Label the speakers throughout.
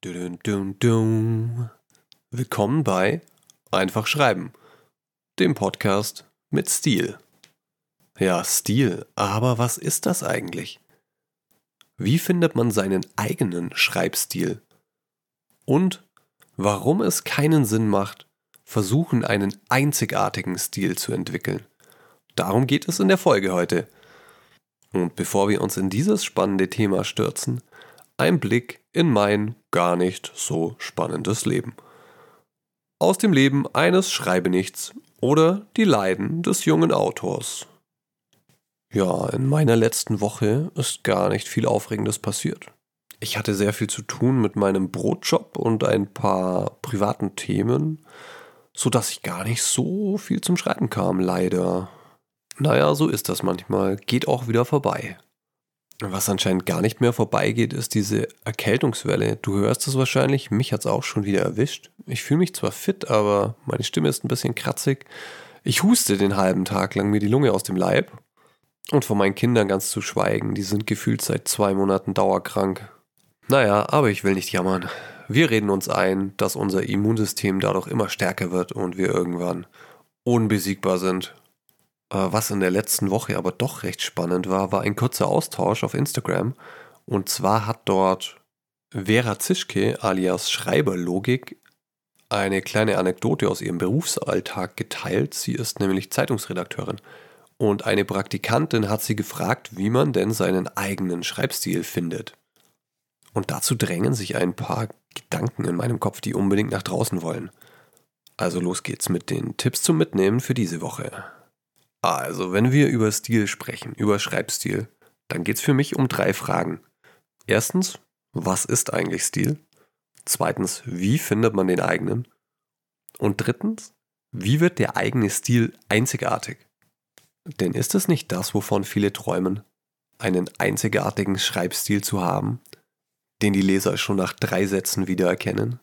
Speaker 1: Dun, dun, dun. Willkommen bei Einfach Schreiben, dem Podcast mit Stil. Ja, Stil, aber was ist das eigentlich? Wie findet man seinen eigenen Schreibstil? Und warum es keinen Sinn macht, versuchen, einen einzigartigen Stil zu entwickeln? Darum geht es in der Folge heute. Und bevor wir uns in dieses spannende Thema stürzen, ein Blick in mein gar nicht so spannendes Leben. Aus dem Leben eines Schreibenichts oder die Leiden des jungen Autors. Ja, in meiner letzten Woche ist gar nicht viel Aufregendes passiert. Ich hatte sehr viel zu tun mit meinem Brotjob und ein paar privaten Themen, sodass ich gar nicht so viel zum Schreiben kam, leider. Naja, so ist das manchmal, geht auch wieder vorbei. Was anscheinend gar nicht mehr vorbeigeht, ist diese Erkältungswelle. Du hörst es wahrscheinlich, mich hat es auch schon wieder erwischt. Ich fühle mich zwar fit, aber meine Stimme ist ein bisschen kratzig. Ich huste den halben Tag lang mir die Lunge aus dem Leib. Und von meinen Kindern ganz zu schweigen, die sind gefühlt seit 2 Monaten dauerkrank. Naja, aber ich will nicht jammern. Wir reden uns ein, dass unser Immunsystem dadurch immer stärker wird und wir irgendwann unbesiegbar sind. Was in der letzten Woche aber doch recht spannend war ein kurzer Austausch auf Instagram. Und zwar hat dort Vera Zischke alias Schreiberlogik eine kleine Anekdote aus ihrem Berufsalltag geteilt. Sie ist nämlich Zeitungsredakteurin. Und eine Praktikantin hat sie gefragt, wie man denn seinen eigenen Schreibstil findet. Und dazu drängen sich ein paar Gedanken in meinem Kopf, die unbedingt nach draußen wollen. Also los geht's mit den Tipps zum Mitnehmen für diese Woche. Also, wenn wir über Stil sprechen, über Schreibstil, dann geht es für mich um 3 Fragen. Erstens, was ist eigentlich Stil? Zweitens, wie findet man den eigenen? Und drittens, wie wird der eigene Stil einzigartig? Denn ist es nicht das, wovon viele träumen, einen einzigartigen Schreibstil zu haben, den die Leser schon nach 3 Sätzen wiedererkennen?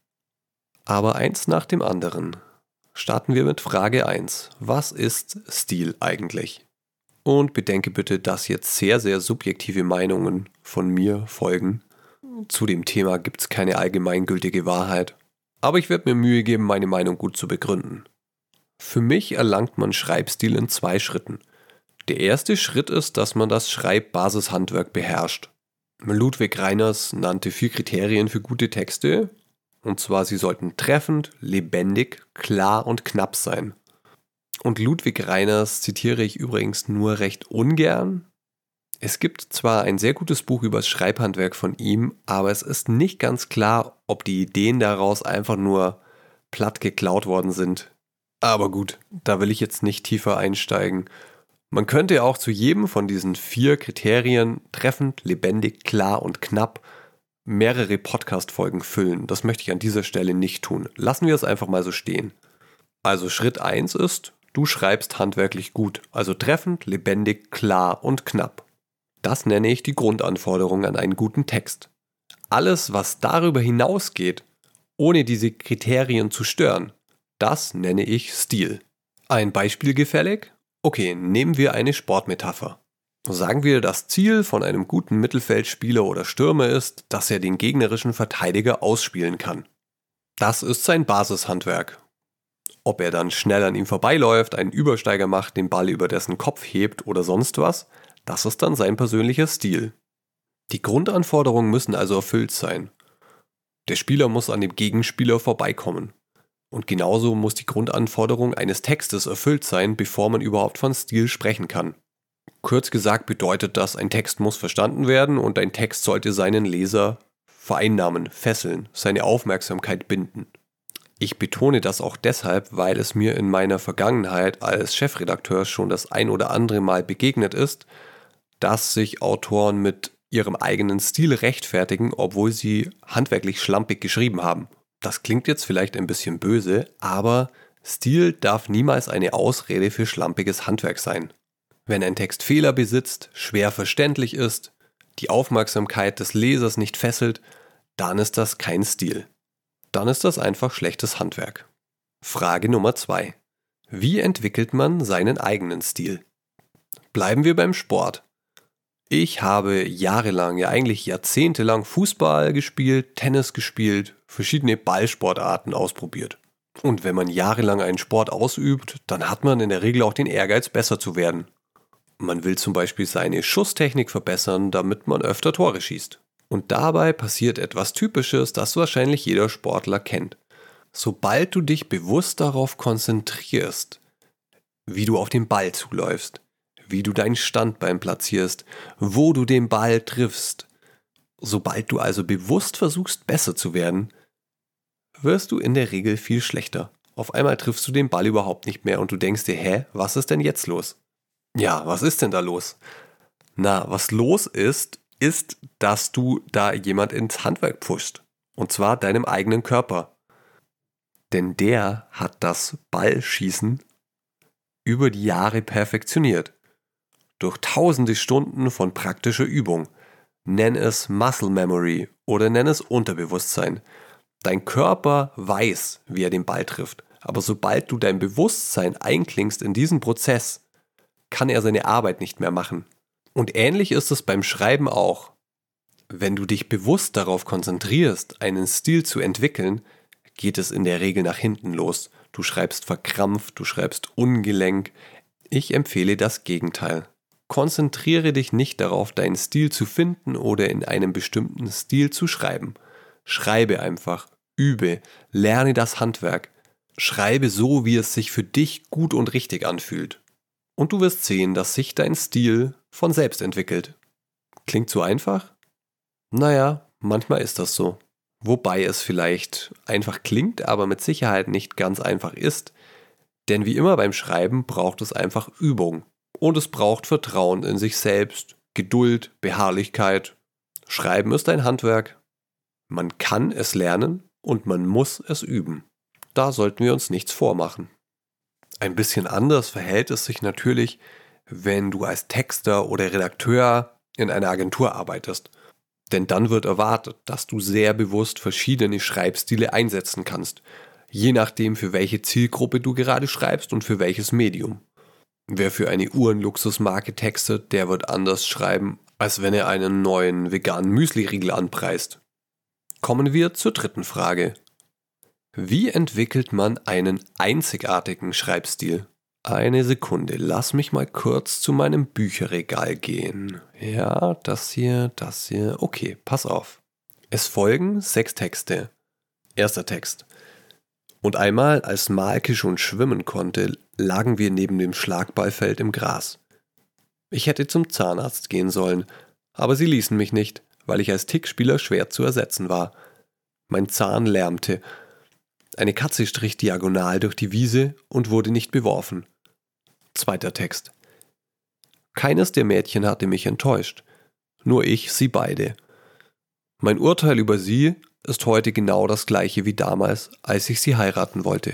Speaker 1: Aber eins nach dem anderen. Starten wir mit Frage 1. Was ist Stil eigentlich? Und bedenke bitte, dass jetzt sehr, sehr subjektive Meinungen von mir folgen. Zu dem Thema gibt es keine allgemeingültige Wahrheit. Aber ich werde mir Mühe geben, meine Meinung gut zu begründen. Für mich erlangt man Schreibstil in 2 Schritten. Der erste Schritt ist, dass man das Schreibbasishandwerk beherrscht. Ludwig Reiners nannte 4 Kriterien für gute Texte. Und zwar, sie sollten treffend, lebendig, klar und knapp sein. Und Ludwig Reiners zitiere ich übrigens nur recht ungern. Es gibt zwar ein sehr gutes Buch über das Schreibhandwerk von ihm, aber es ist nicht ganz klar, ob die Ideen daraus einfach nur platt geklaut worden sind. Aber gut, da will ich jetzt nicht tiefer einsteigen. Man könnte auch zu jedem von diesen 4 Kriterien treffend, lebendig, klar und knapp mehrere Podcast-Folgen füllen. Das möchte ich an dieser Stelle nicht tun. Lassen wir es einfach mal so stehen. Also Schritt 1 ist, du schreibst handwerklich gut, also treffend, lebendig, klar und knapp. Das nenne ich die Grundanforderung an einen guten Text. Alles, was darüber hinausgeht, ohne diese Kriterien zu stören, das nenne ich Stil. Ein Beispiel gefällig? Okay, nehmen wir eine Sportmetapher. Sagen wir, das Ziel von einem guten Mittelfeldspieler oder Stürmer ist, dass er den gegnerischen Verteidiger ausspielen kann. Das ist sein Basishandwerk. Ob er dann schnell an ihm vorbeiläuft, einen Übersteiger macht, den Ball über dessen Kopf hebt oder sonst was, das ist dann sein persönlicher Stil. Die Grundanforderungen müssen also erfüllt sein. Der Spieler muss an dem Gegenspieler vorbeikommen. Und genauso muss die Grundanforderung eines Textes erfüllt sein, bevor man überhaupt von Stil sprechen kann. Kurz gesagt bedeutet das, ein Text muss verstanden werden und ein Text sollte seinen Leser vereinnahmen, fesseln, seine Aufmerksamkeit binden. Ich betone das auch deshalb, weil es mir in meiner Vergangenheit als Chefredakteur schon das ein oder andere Mal begegnet ist, dass sich Autoren mit ihrem eigenen Stil rechtfertigen, obwohl sie handwerklich schlampig geschrieben haben. Das klingt jetzt vielleicht ein bisschen böse, aber Stil darf niemals eine Ausrede für schlampiges Handwerk sein. Wenn ein Text Fehler besitzt, schwer verständlich ist, die Aufmerksamkeit des Lesers nicht fesselt, dann ist das kein Stil. Dann ist das einfach schlechtes Handwerk. Frage Nummer 2. Wie entwickelt man seinen eigenen Stil? Bleiben wir beim Sport. Ich habe jahrelang, ja eigentlich jahrzehntelang Fußball gespielt, Tennis gespielt, verschiedene Ballsportarten ausprobiert. Und wenn man jahrelang einen Sport ausübt, dann hat man in der Regel auch den Ehrgeiz, besser zu werden. Man will zum Beispiel seine Schusstechnik verbessern, damit man öfter Tore schießt. Und dabei passiert etwas Typisches, das wahrscheinlich jeder Sportler kennt. Sobald du dich bewusst darauf konzentrierst, wie du auf den Ball zuläufst, wie du dein Standbein platzierst, wo du den Ball triffst. Sobald du also bewusst versuchst, besser zu werden, wirst du in der Regel viel schlechter. Auf einmal triffst du den Ball überhaupt nicht mehr und du denkst dir, was ist denn jetzt los? Ja, was ist denn da los? Na, was los ist, dass du da jemand ins Handwerk pfuschst. Und zwar deinem eigenen Körper. Denn der hat das Ballschießen über die Jahre perfektioniert. Durch tausende Stunden von praktischer Übung. Nenn es Muscle Memory oder nenn es Unterbewusstsein. Dein Körper weiß, wie er den Ball trifft. Aber sobald du dein Bewusstsein einklingst in diesen Prozess, kann er seine Arbeit nicht mehr machen. Und ähnlich ist es beim Schreiben auch. Wenn du dich bewusst darauf konzentrierst, einen Stil zu entwickeln, geht es in der Regel nach hinten los. Du schreibst verkrampft, du schreibst ungelenk. Ich empfehle das Gegenteil. Konzentriere dich nicht darauf, deinen Stil zu finden oder in einem bestimmten Stil zu schreiben. Schreibe einfach, übe, lerne das Handwerk. Schreibe so, wie es sich für dich gut und richtig anfühlt. Und du wirst sehen, dass sich dein Stil von selbst entwickelt. Klingt so einfach? Naja, manchmal ist das so. Wobei es vielleicht einfach klingt, aber mit Sicherheit nicht ganz einfach ist. Denn wie immer beim Schreiben braucht es einfach Übung. Und es braucht Vertrauen in sich selbst, Geduld, Beharrlichkeit. Schreiben ist ein Handwerk. Man kann es lernen und man muss es üben. Da sollten wir uns nichts vormachen. Ein bisschen anders verhält es sich natürlich, wenn du als Texter oder Redakteur in einer Agentur arbeitest. Denn dann wird erwartet, dass du sehr bewusst verschiedene Schreibstile einsetzen kannst, je nachdem für welche Zielgruppe du gerade schreibst und für welches Medium. Wer für eine Uhrenluxusmarke textet, der wird anders schreiben, als wenn er einen neuen veganen Müsli-Riegel anpreist. Kommen wir zur dritten Frage. Wie entwickelt man einen einzigartigen Schreibstil? Eine Sekunde, lass mich mal kurz zu meinem Bücherregal gehen. Ja, das hier. Okay, pass auf. Es folgen 6 Texte. Erster Text. Und einmal, als Malke schon schwimmen konnte, lagen wir neben dem Schlagballfeld im Gras. Ich hätte zum Zahnarzt gehen sollen, aber sie ließen mich nicht, weil ich als Tickspieler schwer zu ersetzen war. Mein Zahn lärmte. Eine Katze strich diagonal durch die Wiese und wurde nicht beworfen. Zweiter Text. Keines der Mädchen hatte mich enttäuscht, nur ich sie beide. Mein Urteil über sie ist heute genau das gleiche wie damals, als ich sie heiraten wollte.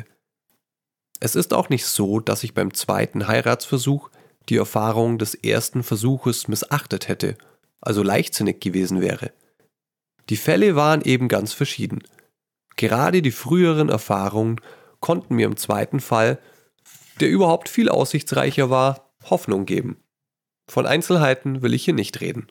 Speaker 1: Es ist auch nicht so, dass ich beim zweiten Heiratsversuch die Erfahrung des ersten Versuches missachtet hätte, also leichtsinnig gewesen wäre. Die Fälle waren eben ganz verschieden. Gerade die früheren Erfahrungen konnten mir im zweiten Fall, der überhaupt viel aussichtsreicher war, Hoffnung geben. Von Einzelheiten will ich hier nicht reden.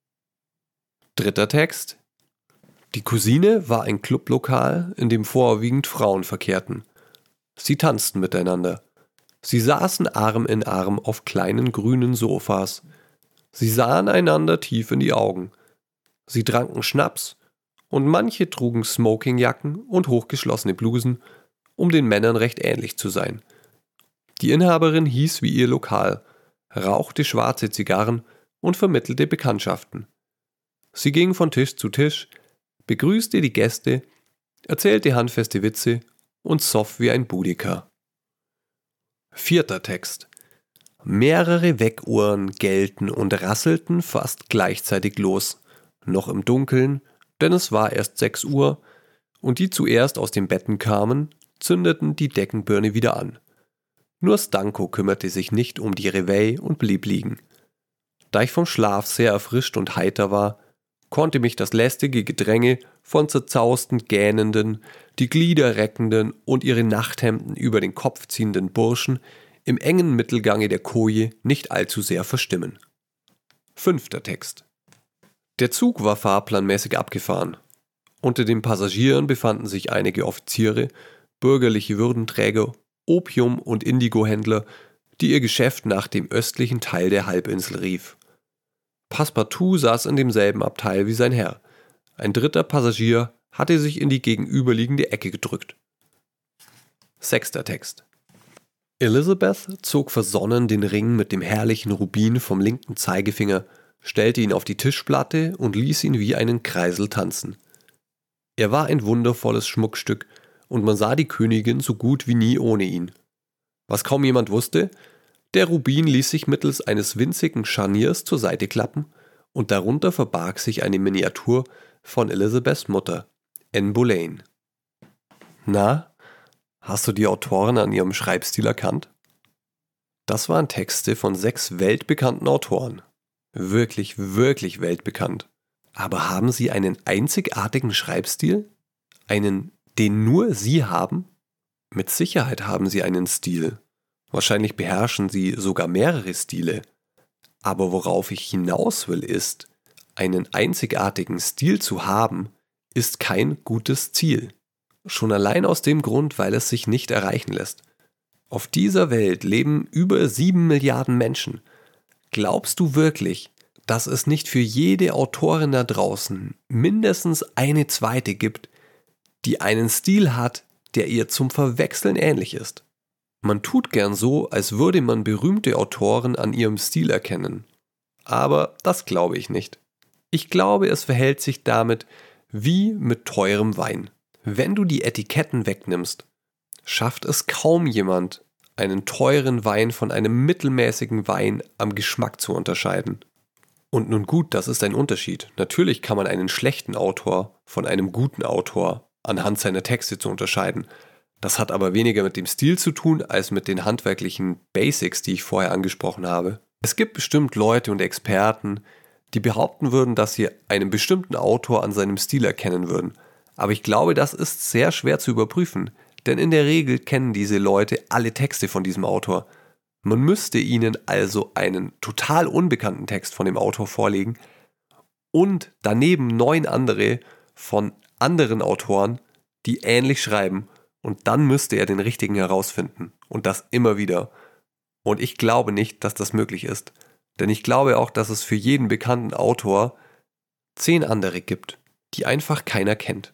Speaker 1: Dritter Text. Die Cousine war ein Clublokal, in dem vorwiegend Frauen verkehrten. Sie tanzten miteinander. Sie saßen Arm in Arm auf kleinen grünen Sofas. Sie sahen einander tief in die Augen. Sie tranken Schnaps und manche trugen Smokingjacken und hochgeschlossene Blusen, um den Männern recht ähnlich zu sein. Die Inhaberin hieß wie ihr Lokal, rauchte schwarze Zigarren und vermittelte Bekanntschaften. Sie ging von Tisch zu Tisch, begrüßte die Gäste, erzählte handfeste Witze und soff wie ein Budiker. Vierter Text. Mehrere Weckuhren gellten und rasselten fast gleichzeitig los, noch im Dunkeln, denn es war erst 6 Uhr, und die zuerst aus den Betten kamen, zündeten die Deckenbirne wieder an. Nur Stanko kümmerte sich nicht um die Reveille und blieb liegen. Da ich vom Schlaf sehr erfrischt und heiter war, konnte mich das lästige Gedränge von zerzausten Gähnenden, die Glieder reckenden und ihre Nachthemden über den Kopf ziehenden Burschen im engen Mittelgange der Koje nicht allzu sehr verstimmen. 5. Text. Der Zug war fahrplanmäßig abgefahren. Unter den Passagieren befanden sich einige Offiziere, bürgerliche Würdenträger, Opium- und Indigo-Händler, die ihr Geschäft nach dem östlichen Teil der Halbinsel rief. Passepartout saß in demselben Abteil wie sein Herr. Ein dritter Passagier hatte sich in die gegenüberliegende Ecke gedrückt. 6. Text. Elizabeth zog versonnen den Ring mit dem herrlichen Rubin vom linken Zeigefinger, stellte ihn auf die Tischplatte und ließ ihn wie einen Kreisel tanzen. Er war ein wundervolles Schmuckstück und man sah die Königin so gut wie nie ohne ihn. Was kaum jemand wusste, der Rubin ließ sich mittels eines winzigen Scharniers zur Seite klappen und darunter verbarg sich eine Miniatur von Elizabeths Mutter, Anne Boleyn. Na? Hast du die Autoren an ihrem Schreibstil erkannt? Das waren Texte von 6 weltbekannten Autoren. Wirklich, wirklich weltbekannt. Aber haben sie einen einzigartigen Schreibstil? Einen, den nur sie haben? Mit Sicherheit haben sie einen Stil. Wahrscheinlich beherrschen sie sogar mehrere Stile. Aber worauf ich hinaus will ist, einen einzigartigen Stil zu haben, ist kein gutes Ziel. Schon allein aus dem Grund, weil es sich nicht erreichen lässt. Auf dieser Welt leben über 7 Milliarden Menschen. Glaubst du wirklich, dass es nicht für jede Autorin da draußen mindestens eine zweite gibt, die einen Stil hat, der ihr zum Verwechseln ähnlich ist? Man tut gern so, als würde man berühmte Autoren an ihrem Stil erkennen. Aber das glaube ich nicht. Ich glaube, es verhält sich damit wie mit teurem Wein. Wenn du die Etiketten wegnimmst, schafft es kaum jemand, einen teuren Wein von einem mittelmäßigen Wein am Geschmack zu unterscheiden. Und nun gut, das ist ein Unterschied. Natürlich kann man einen schlechten Autor von einem guten Autor anhand seiner Texte zu unterscheiden. Das hat aber weniger mit dem Stil zu tun, als mit den handwerklichen Basics, die ich vorher angesprochen habe. Es gibt bestimmt Leute und Experten, die behaupten würden, dass sie einen bestimmten Autor an seinem Stil erkennen würden. Aber ich glaube, das ist sehr schwer zu überprüfen, denn in der Regel kennen diese Leute alle Texte von diesem Autor. Man müsste ihnen also einen total unbekannten Text von dem Autor vorlegen und daneben 9 andere von anderen Autoren, die ähnlich schreiben, und dann müsste er den richtigen herausfinden und das immer wieder. Und ich glaube nicht, dass das möglich ist, denn ich glaube auch, dass es für jeden bekannten Autor 10 andere gibt, die einfach keiner kennt.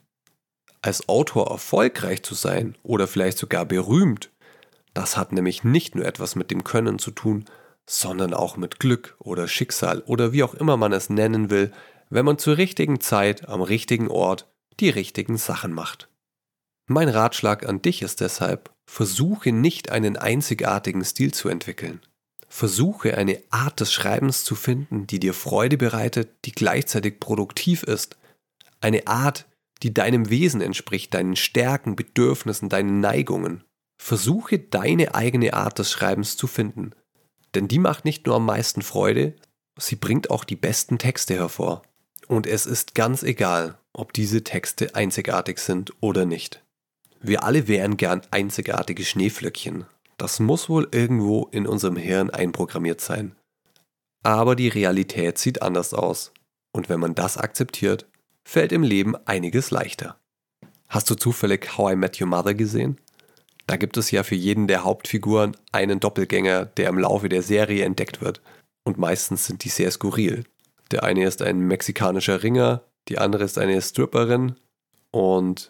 Speaker 1: Als Autor erfolgreich zu sein oder vielleicht sogar berühmt, das hat nämlich nicht nur etwas mit dem Können zu tun, sondern auch mit Glück oder Schicksal oder wie auch immer man es nennen will, wenn man zur richtigen Zeit am richtigen Ort die richtigen Sachen macht. Mein Ratschlag an dich ist deshalb, versuche nicht einen einzigartigen Stil zu entwickeln. Versuche eine Art des Schreibens zu finden, die dir Freude bereitet, die gleichzeitig produktiv ist. Eine Art, die deinem Wesen entspricht, deinen Stärken, Bedürfnissen, deinen Neigungen. Versuche deine eigene Art des Schreibens zu finden, denn die macht nicht nur am meisten Freude, sie bringt auch die besten Texte hervor. Und es ist ganz egal, ob diese Texte einzigartig sind oder nicht. Wir alle wären gern einzigartige Schneeflöckchen. Das muss wohl irgendwo in unserem Hirn einprogrammiert sein. Aber die Realität sieht anders aus. Und wenn man das akzeptiert, fällt im Leben einiges leichter. Hast du zufällig How I Met Your Mother gesehen? Da gibt es ja für jeden der Hauptfiguren einen Doppelgänger, der im Laufe der Serie entdeckt wird. Und meistens sind die sehr skurril. Der eine ist ein mexikanischer Ringer, die andere ist eine Stripperin und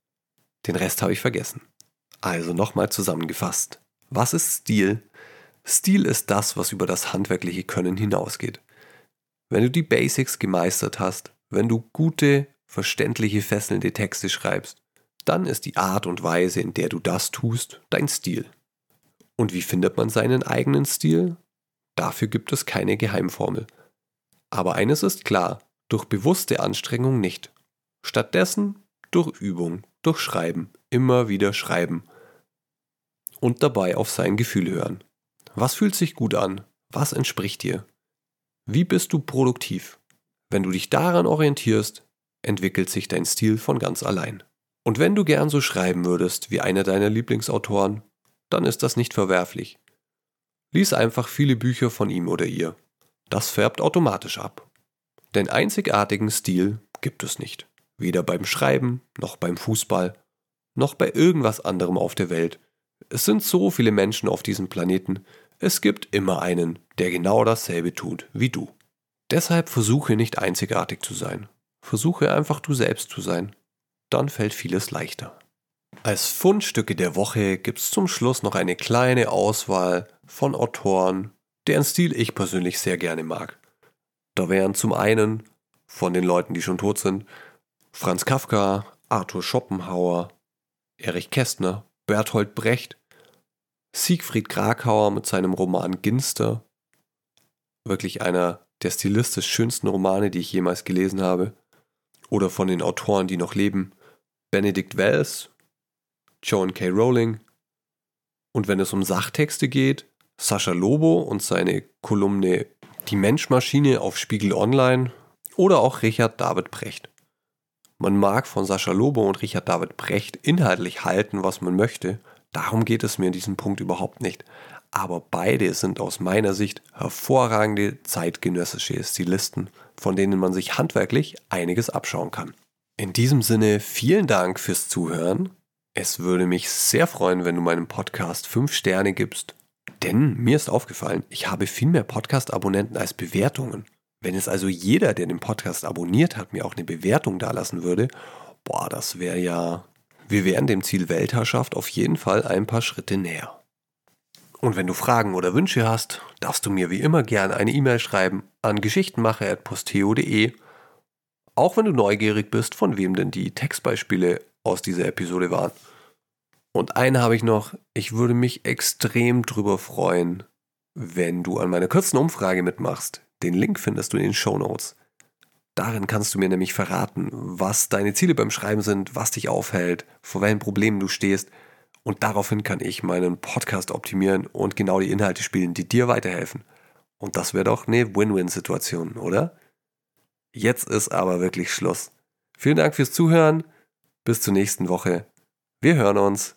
Speaker 1: den Rest habe ich vergessen. Also nochmal zusammengefasst. Was ist Stil? Stil ist das, was über das handwerkliche Können hinausgeht. Wenn du die Basics gemeistert hast, wenn du gute, verständliche, fesselnde Texte schreibst, dann ist die Art und Weise, in der du das tust, dein Stil. Und wie findet man seinen eigenen Stil? Dafür gibt es keine Geheimformel. Aber eines ist klar, durch bewusste Anstrengung nicht. Stattdessen durch Übung, durch Schreiben, immer wieder schreiben. Und dabei auf sein Gefühl hören. Was fühlt sich gut an? Was entspricht dir? Wie bist du produktiv? Wenn du dich daran orientierst, entwickelt sich dein Stil von ganz allein. Und wenn du gern so schreiben würdest wie einer deiner Lieblingsautoren, dann ist das nicht verwerflich. Lies einfach viele Bücher von ihm oder ihr. Das färbt automatisch ab. Denn einzigartigen Stil gibt es nicht. Weder beim Schreiben, noch beim Fußball, noch bei irgendwas anderem auf der Welt. Es sind so viele Menschen auf diesem Planeten, es gibt immer einen, der genau dasselbe tut wie du. Deshalb versuche nicht einzigartig zu sein. Versuche einfach du selbst zu sein. Dann fällt vieles leichter. Als Fundstücke der Woche gibt es zum Schluss noch eine kleine Auswahl von Autoren, deren Stil ich persönlich sehr gerne mag. Da wären zum einen, von den Leuten, die schon tot sind, Franz Kafka, Arthur Schopenhauer, Erich Kästner, Bertolt Brecht, Siegfried Kracauer mit seinem Roman Ginster, wirklich einer der stilistisch schönsten Romane, die ich jemals gelesen habe, oder von den Autoren, die noch leben, Benedict Wells, Joan K. Rowling, und wenn es um Sachtexte geht, Sascha Lobo und seine Kolumne Die Menschmaschine auf Spiegel Online oder auch Richard David Precht. Man mag von Sascha Lobo und Richard David Precht inhaltlich halten, was man möchte, darum geht es mir in diesem Punkt überhaupt nicht. Aber beide sind aus meiner Sicht hervorragende zeitgenössische Stilisten, von denen man sich handwerklich einiges abschauen kann. In diesem Sinne, vielen Dank fürs Zuhören. Es würde mich sehr freuen, wenn du meinem Podcast 5 Sterne gibst. Denn mir ist aufgefallen, ich habe viel mehr Podcast-Abonnenten als Bewertungen. Wenn es also jeder, der den Podcast abonniert hat, mir auch eine Bewertung dalassen würde, das wäre ja... Wir wären dem Ziel Weltherrschaft auf jeden Fall ein paar Schritte näher. Und wenn du Fragen oder Wünsche hast, darfst du mir wie immer gerne eine E-Mail schreiben an geschichtenmacher@posteo.de. Auch wenn du neugierig bist, von wem denn die Textbeispiele aus dieser Episode waren. Und einen habe ich noch, ich würde mich extrem drüber freuen, wenn du an meiner kurzen Umfrage mitmachst. Den Link findest du in den Shownotes. Darin kannst du mir nämlich verraten, was deine Ziele beim Schreiben sind, was dich aufhält, vor welchen Problemen du stehst. Und daraufhin kann ich meinen Podcast optimieren und genau die Inhalte spielen, die dir weiterhelfen. Und das wäre doch eine Win-Win-Situation, oder? Jetzt ist aber wirklich Schluss. Vielen Dank fürs Zuhören. Bis zur nächsten Woche. Wir hören uns.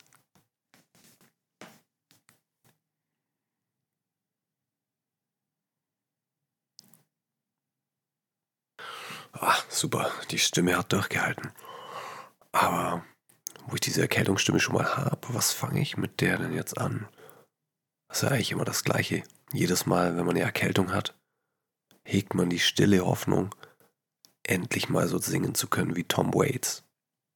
Speaker 1: Super, die Stimme hat durchgehalten. Aber wo ich diese Erkältungsstimme schon mal habe, was fange ich mit der denn jetzt an? Das ist ja eigentlich immer das Gleiche. Jedes Mal, wenn man eine Erkältung hat, hegt man die stille Hoffnung, endlich mal so singen zu können wie Tom Waits.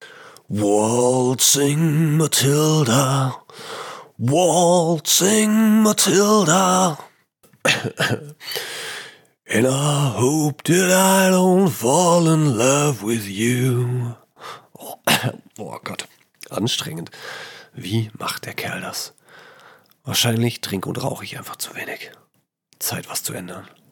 Speaker 1: Waltzing Matilda, waltzing Matilda, and I hope that I don't fall in love with you. Oh Gott, anstrengend. Wie macht der Kerl das? Wahrscheinlich trinke und rauche ich einfach zu wenig. Zeit, was zu ändern.